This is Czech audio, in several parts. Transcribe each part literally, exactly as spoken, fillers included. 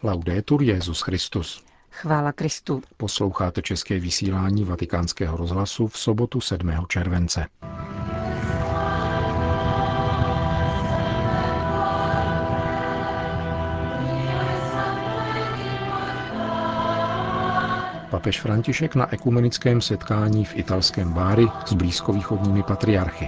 Laudetur Jesus Christus. Chvála Kristu. Posloucháte české vysílání Vatikánského rozhlasu v sobotu sedmého července. Papež František na ekumenickém setkání v italském Bari s blízkovýchodními patriarchy.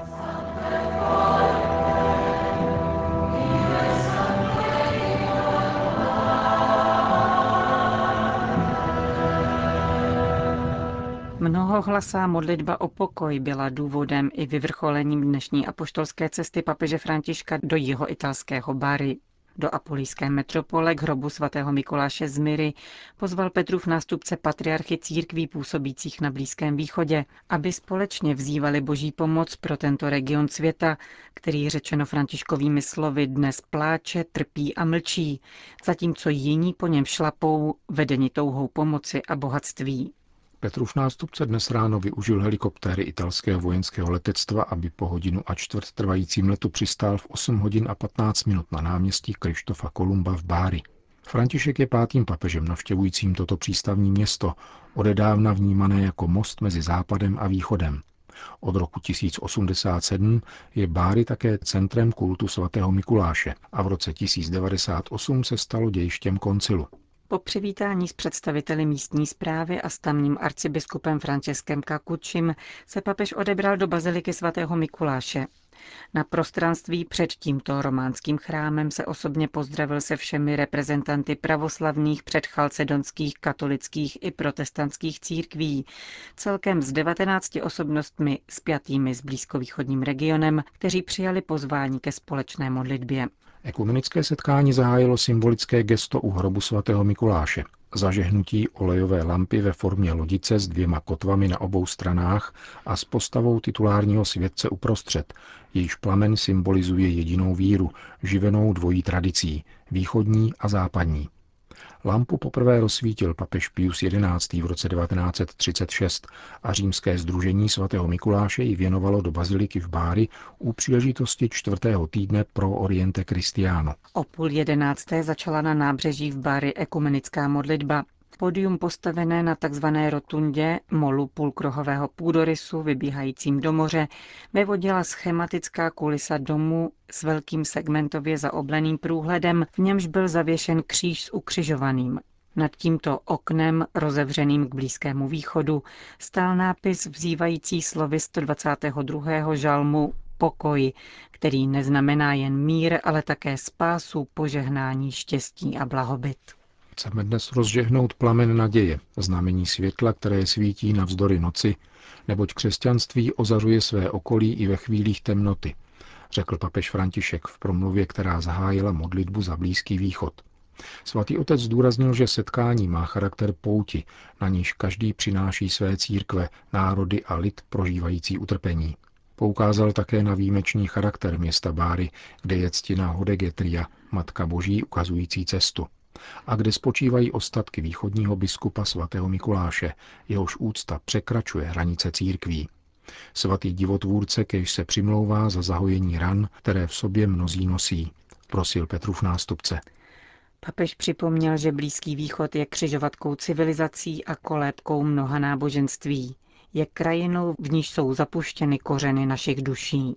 Mnohohlasá modlitba o pokoj byla důvodem i vyvrcholením dnešní apoštolské cesty papeže Františka do jihoitalského Bari. Do apulijské metropole k hrobu svatého Mikuláše z Myry pozval Petrův nástupce patriarchy církví působících na Blízkém východě, aby společně vzývali boží pomoc pro tento region světa, který řečeno Františkovými slovy dnes pláče, trpí a mlčí, zatímco jiní po něm šlapou, vedeni touhou pomoci a bohatství. Petrův nástupce dnes ráno využil helikoptéry italského vojenského letectva, aby po hodinu a čtvrt trvajícím letu přistál v osm hodin a patnáct minut na náměstí Kryštofa Kolumba v Bari. František je pátým papežem navštěvujícím toto přístavní město, odedávna vnímané jako most mezi západem a východem. Od roku tisíc osmdesát sedm je Bari také centrem kultu svatého Mikuláše a v roce tisíc devadesát osm se stalo dějištěm koncilu. Po přivítání s představiteli místní správy a s tamním arcibiskupem Franceskem Kakučim se papež odebral do baziliky svatého Mikuláše. Na prostranství před tímto románským chrámem se osobně pozdravil se všemi reprezentanty pravoslavných, předchalcedonských, katolických i protestantských církví, celkem s devatenácti osobnostmi spjatými s blízkovýchodním regionem, kteří přijali pozvání ke společné modlitbě. Ekumenické setkání zahájilo symbolické gesto u hrobu svatého Mikuláše. Zažehnutí olejové lampy ve formě lodice s dvěma kotvami na obou stranách a s postavou titulárního světce uprostřed, jejíž plamen symbolizuje jedinou víru, živenou dvojí tradicí, východní a západní. Lampu poprvé rozsvítil papež Pius jedenáctý. v roce devatenáct set třicet šest a římské sdružení svatého Mikuláše ji věnovalo do baziliky v Bari u příležitosti čtvrtého týdne pro Oriente Christiano. O půl jedenácté začala na nábřeží v Bari ekumenická modlitba. Pódium postavené na tzv. Rotundě, molu půlkruhového půdorysu vybíhajícím do moře, vyvodila schematická kulisa domu s velkým segmentově zaobleným průhledem, v němž byl zavěšen kříž s ukřižovaným. Nad tímto oknem, rozevřeným k Blízkému východu, stál nápis vzývající slovy sto dvacátého druhého žalmu Pokoj, který neznamená jen mír, ale také spásu, požehnání, štěstí a blahobyt. Chceme dnes rozžehnout plamen naděje, znamení světla, které svítí navzdory noci, neboť křesťanství ozařuje své okolí i ve chvílích temnoty, řekl papež František v promluvě, která zahájila modlitbu za Blízký východ. Svatý otec zdůraznil, že setkání má charakter pouti, na níž každý přináší své církve, národy a lid prožívající utrpení. Poukázal také na výjimečný charakter města Bari, kde je ctěna Hodegetria, Matka Boží ukazující cestu, a kde spočívají ostatky východního biskupa svatého Mikuláše, jehož úcta překračuje hranice církví. Svatý divotvůrce, kéž se přimlouvá za zahojení ran, které v sobě mnozí nosí, prosil Petrův nástupce. Papež připomněl, že Blízký východ je křižovatkou civilizací a kolébkou mnoha náboženství. Je krajinou, v níž jsou zapuštěny kořeny našich duší.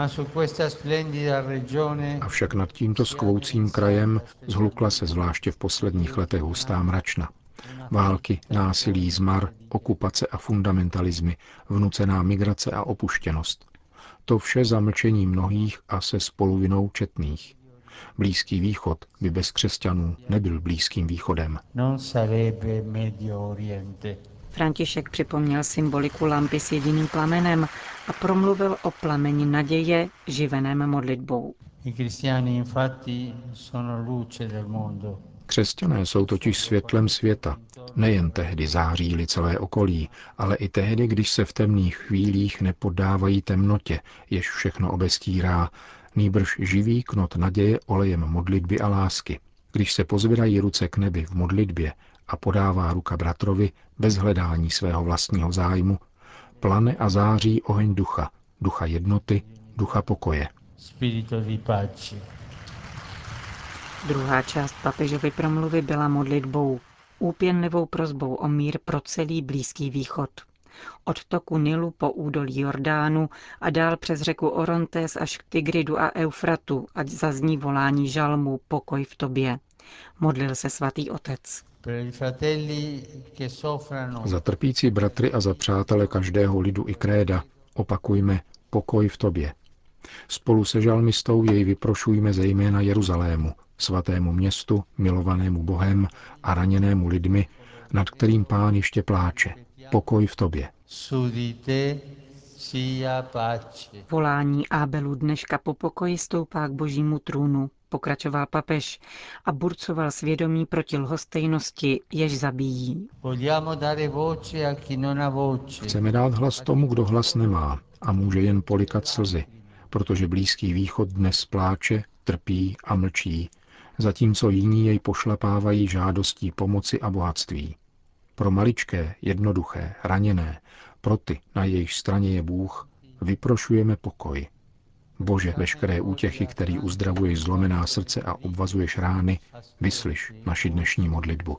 Avšak nad tímto skvoucím krajem zhlukla se zvláště v posledních letech hustá mračna. Války, násilí, zmar, okupace a fundamentalismy, vnucená migrace a opuštěnost. To vše za mlčení mnohých a se spoluvinou četných. Blízký východ by bez křesťanů nebyl Blízkým východem. František připomněl symboliku lampy s jediným plamenem a promluvil o plameni naděje živeném modlitbou. Křesťané jsou totiž světlem světa. Nejen tehdy září-li celé okolí, ale i tehdy, když se v temných chvílích nepoddávají temnotě, jež všechno obestírá, nýbrž živý knot naděje olejem modlitby a lásky. Když se pozvedají ruce k nebi v modlitbě a podává ruka bratrovi bez hledání svého vlastního zájmu, plane a září oheň ducha, ducha jednoty, ducha pokoje. Druhá část papežovy promluvy byla modlitbou, úpěnlivou prosbou o mír pro celý Blízký východ. Od toku Nilu po údolí Jordánu a dál přes řeku Orontes až k Tigridu a Eufratu, ať zazní volání žalmu Pokoj v tobě. Modlil se svatý otec. Za trpící bratry a za přátele každého lidu i kréda opakujme Pokoj v tobě. Spolu se žalmistou jej vyprošujme zejména Jeruzalému, svatému městu, milovanému Bohem a raněnému lidmi, nad kterým Pán ještě pláče. Pokoj v tobě. Volání Ábelu dneška po pokoji stoupá k božímu trůnu, pokračoval papež a burcoval svědomí proti lhostejnosti, jež zabíjí. Chceme dát hlas tomu, kdo hlas nemá a může jen polikat slzy, protože Blízký východ dnes pláče, trpí a mlčí, zatímco jiní jej pošlapávají žádostí pomoci a bohatství. Pro maličké, jednoduché, raněné, pro ty, na jejich straně je Bůh, vyprošujeme pokoj. Bože, veškeré útěchy, který uzdravuješ zlomená srdce a obvazuješ rány, vyslyš naši dnešní modlitbu.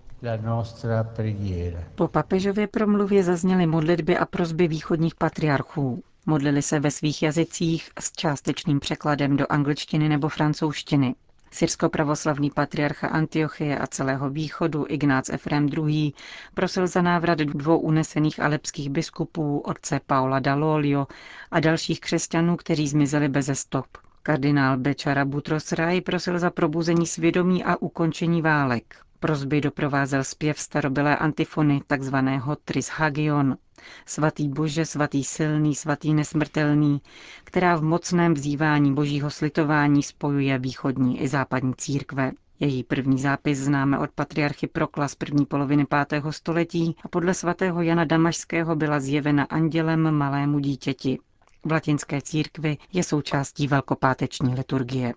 Po papežově promluvě zazněly modlitby a prosby východních patriarchů. Modlili se ve svých jazycích s částečným překladem do angličtiny nebo francouzštiny. Syrsko-pravoslavný patriarcha Antiochie a celého východu Ignác Efrém druhý. prosil za návrat dvou unesených alepských biskupů, otce Paula Dall'Olio a dalších křesťanů, kteří zmizeli beze stop. Kardinál Bečara Boutros Rai prosil za probuzení svědomí a ukončení válek. Prosby doprovázel zpěv starobylé antifony, takzvaného Tris Hagion. Svatý Bože, svatý silný, svatý nesmrtelný, která v mocném vzývání božího slitování spojuje východní i západní církve. Její první zápis známe od patriarchy Prokla z první poloviny pátého století a podle svatého Jana Damašského byla zjevena andělem malému dítěti. V latinské církvi je součástí velkopáteční liturgie.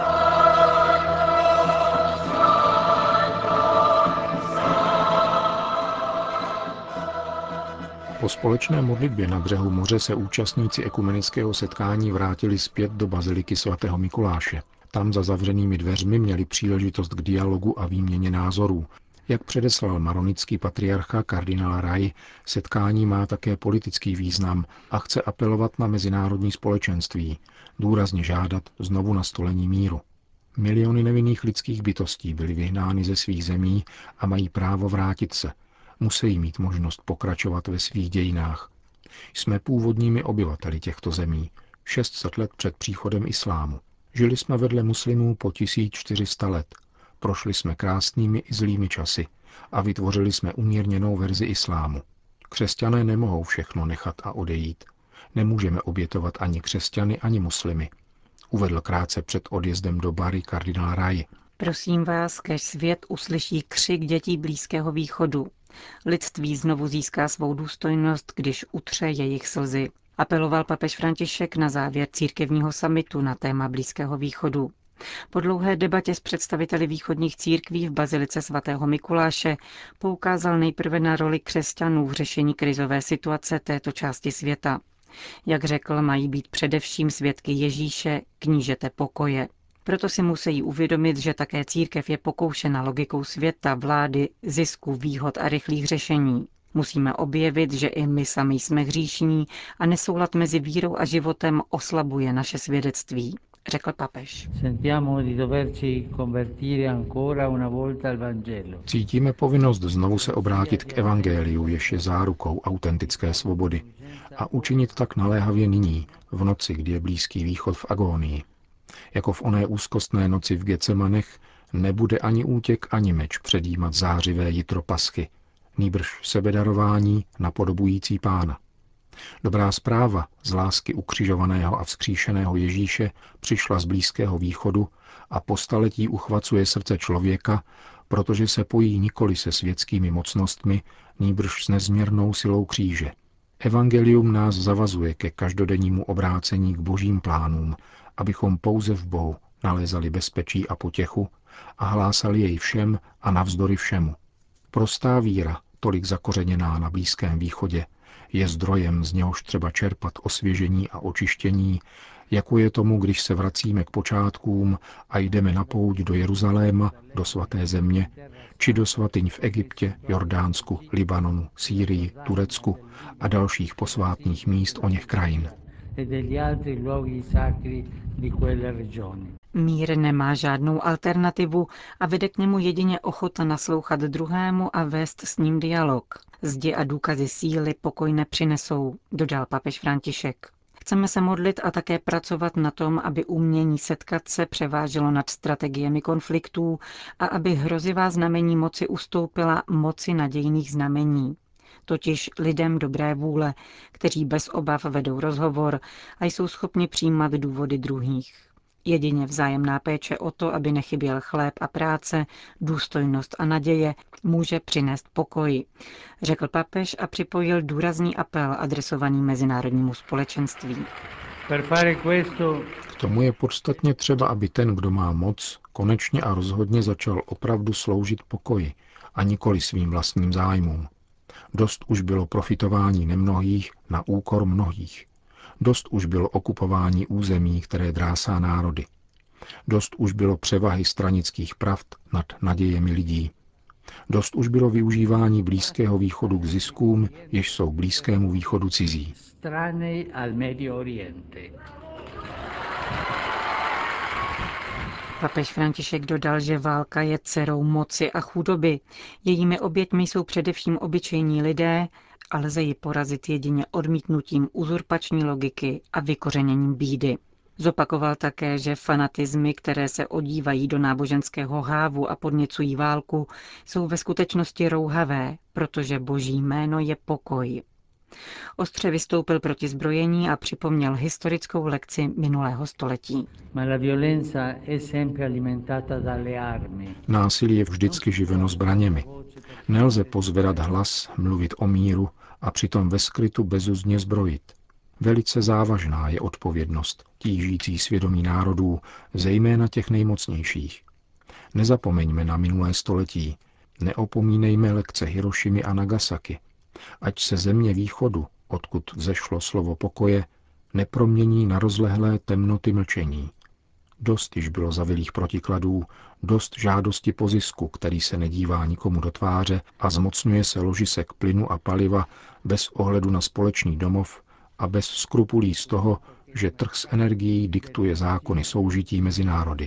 Po společné modlitbě na břehu moře se účastníci ekumenického setkání vrátili zpět do baziliky svatého Mikuláše. Tam za zavřenými dveřmi měli příležitost k dialogu a výměně názorů. Jak předeslal maronický patriarcha kardinál Rai, setkání má také politický význam a chce apelovat na mezinárodní společenství, důrazně žádat znovu nastolení míru. Miliony nevinných lidských bytostí byly vyhnány ze svých zemí a mají právo vrátit se. Musí mít možnost pokračovat ve svých dějinách. Jsme původními obyvateli těchto zemí, šest set let před příchodem islámu. Žili jsme vedle muslimů po tisíc čtyři sta let. Prošli jsme krásnými i zlými časy a vytvořili jsme umírněnou verzi islámu. Křesťané nemohou všechno nechat a odejít. Nemůžeme obětovat ani křesťany, ani muslimy. Uvedl krátce před odjezdem do Bari kardinál Rai. Prosím vás, kež svět uslyší křik dětí Blízkého východu. Lidství znovu získá svou důstojnost, když utře jejich slzy. Apeloval papež František na závěr církevního summitu na téma Blízkého východu. Po dlouhé debatě s představiteli východních církví v bazilice svatého Mikuláše poukázal nejprve na roli křesťanů v řešení krizové situace této části světa. Jak řekl, mají být především svědky Ježíše, knížete pokoje. Proto si musí uvědomit, že také církev je pokoušena logikou světa, vlády, zisku, výhod a rychlých řešení. Musíme objevit, že i my sami jsme hříšní a nesoulad mezi vírou a životem oslabuje naše svědectví, řekl papež. Cítíme povinnost znovu se obrátit k evangeliu, jež je zárukou autentické svobody, a učinit tak naléhavě nyní, v noci, kdy je Blízký východ v agónii. Jako v oné úzkostné noci v Getsemanech nebude ani útěk, ani meč předjímat zářivé jitro paschy, nýbrž sebedarování napodobující Pána. Dobrá zpráva z lásky ukřižovaného a vzkříšeného Ježíše přišla z Blízkého východu a po staletí uchvacuje srdce člověka, protože se pojí nikoli se světskými mocnostmi, nýbrž s nezměrnou silou kříže. Evangelium nás zavazuje ke každodennímu obrácení k božím plánům, abychom pouze v Bohu nalézali bezpečí a potěchu a hlásali jej všem a navzdory všemu. Prostá víra, tolik zakořeněná na Blízkém východě, Je zdrojem, z něhož třeba čerpat osvěžení a očištění, jako je tomu, když se vracíme k počátkům a jdeme na pouť do Jeruzaléma, do svaté země, či do svatyň v Egyptě, Jordánsku, Libanonu, Sýrii, Turecku a dalších posvátných míst oněch krajin. Mír nemá žádnou alternativu a vede k němu jedině ochota naslouchat druhému a vést s ním dialog. Zdi a důkazy síly pokoj nepřinesou, dodal papež František. Chceme se modlit a také pracovat na tom, aby umění setkat se převáželo nad strategiemi konfliktů a aby hrozivá znamení moci ustoupila moci nadějných znamení. Totiž lidem dobré vůle, kteří bez obav vedou rozhovor a jsou schopni přijímat důvody druhých. Jedině vzájemná péče o to, aby nechyběl chléb a práce, důstojnost a naděje, může přinést pokoj, řekl papež a připojil důrazný apel adresovaný mezinárodnímu společenství. K tomu je podstatně třeba, aby ten, kdo má moc, konečně a rozhodně začal opravdu sloužit pokoji a nikoli svým vlastním zájmům. Dost už bylo profitování nemnohých na úkor mnohých. Dost už bylo okupování území, které drásá národy. Dost už bylo převahy stranických pravd nad nadějemi lidí. Dost už bylo využívání Blízkého východu k ziskům, jež jsou Blízkému východu cizí. Papež František dodal, že válka je dcerou moci a chudoby. Jejími oběťmi jsou především obyčejní lidé a lze ji porazit jedině odmítnutím uzurpační logiky a vykořeněním bídy. Zopakoval také, že fanatizmy, které se odívají do náboženského hávu a podněcují válku, jsou ve skutečnosti rouhavé, protože Boží jméno je pokoj. Ostře vystoupil proti zbrojení a připomněl historickou lekci minulého století. Násilí je vždycky živeno zbraněmi. Nelze pozvedat hlas, mluvit o míru a přitom ve skrytu bezuzdně zbrojit. Velice závažná je odpovědnost, tížící svědomí národů, zejména těch nejmocnějších. Nezapomeňme na minulé století, neopomínejme lekce Hirošimy a Nagasaki, ať se země východu, odkud vzešlo slovo pokoje, nepromění na rozlehlé temnoty mlčení. Dost již bylo zavilých protikladů, dost žádosti po zisku, který se nedívá nikomu do tváře a zmocňuje se ložisek plynu a paliva bez ohledu na společný domov a bez skrupulí z toho, že trh s energií diktuje zákony soužití mezi národy.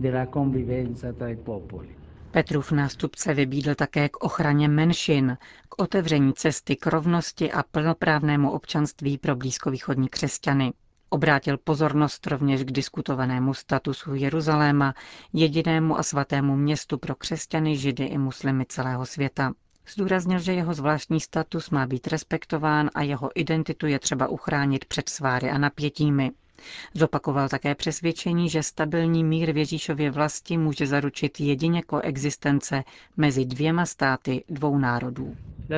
Petrův nástupce vybídl také k ochraně menšin, k otevření cesty k rovnosti a plnoprávnému občanství pro blízkovýchodní křesťany. Obrátil pozornost rovněž k diskutovanému statusu Jeruzaléma, jedinému a svatému městu pro křesťany, židy i muslimy celého světa. Zdůraznil, že jeho zvláštní status má být respektován a jeho identitu je třeba uchránit před sváry a napětími. Zopakoval také přesvědčení, že stabilní mír v Ježíšově vlasti může zaručit jedině koexistence mezi dvěma státy dvou národů.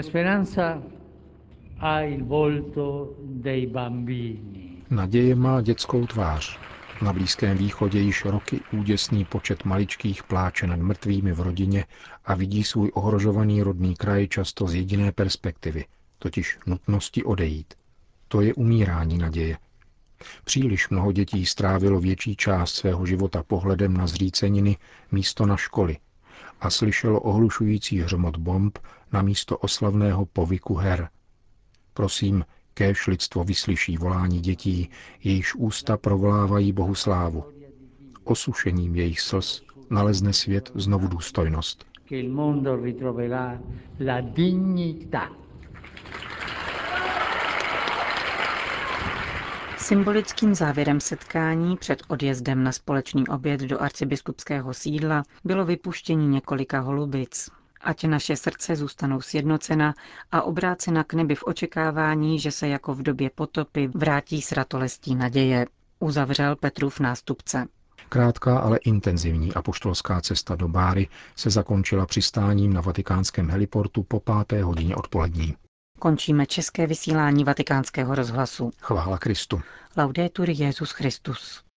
Naděje má dětskou tvář. Na Blízkém východě již roky úděsný počet maličkých pláče nad mrtvými v rodině a vidí svůj ohrožovaný rodný kraj často z jediné perspektivy, totiž nutnosti odejít. To je umírání naděje. Příliš mnoho dětí strávilo větší část svého života pohledem na zříceniny místo na školy a slyšelo ohlušující hřmot bomb na místo oslavného povyku her. Prosím, kéž lidstvo vyslyší volání dětí, jejichž ústa provolávají Bohu slávu. Osušením jejich slz nalezne svět znovu důstojnost. Symbolickým závěrem setkání před odjezdem na společný oběd do arcibiskupského sídla bylo vypuštění několika holubic. Ať naše srdce zůstanou sjednocena a obrácena k nebi v očekávání, že se jako v době potopy vrátí s ratolestí naděje, uzavřel Petrův nástupce. Krátká, ale intenzivní apoštolská cesta do Báry se zakončila přistáním na vatikánském heliportu po páté hodině odpolední. Končíme české vysílání Vatikánského rozhlasu. Chvála Kristu. Laudetur Jesus Christus.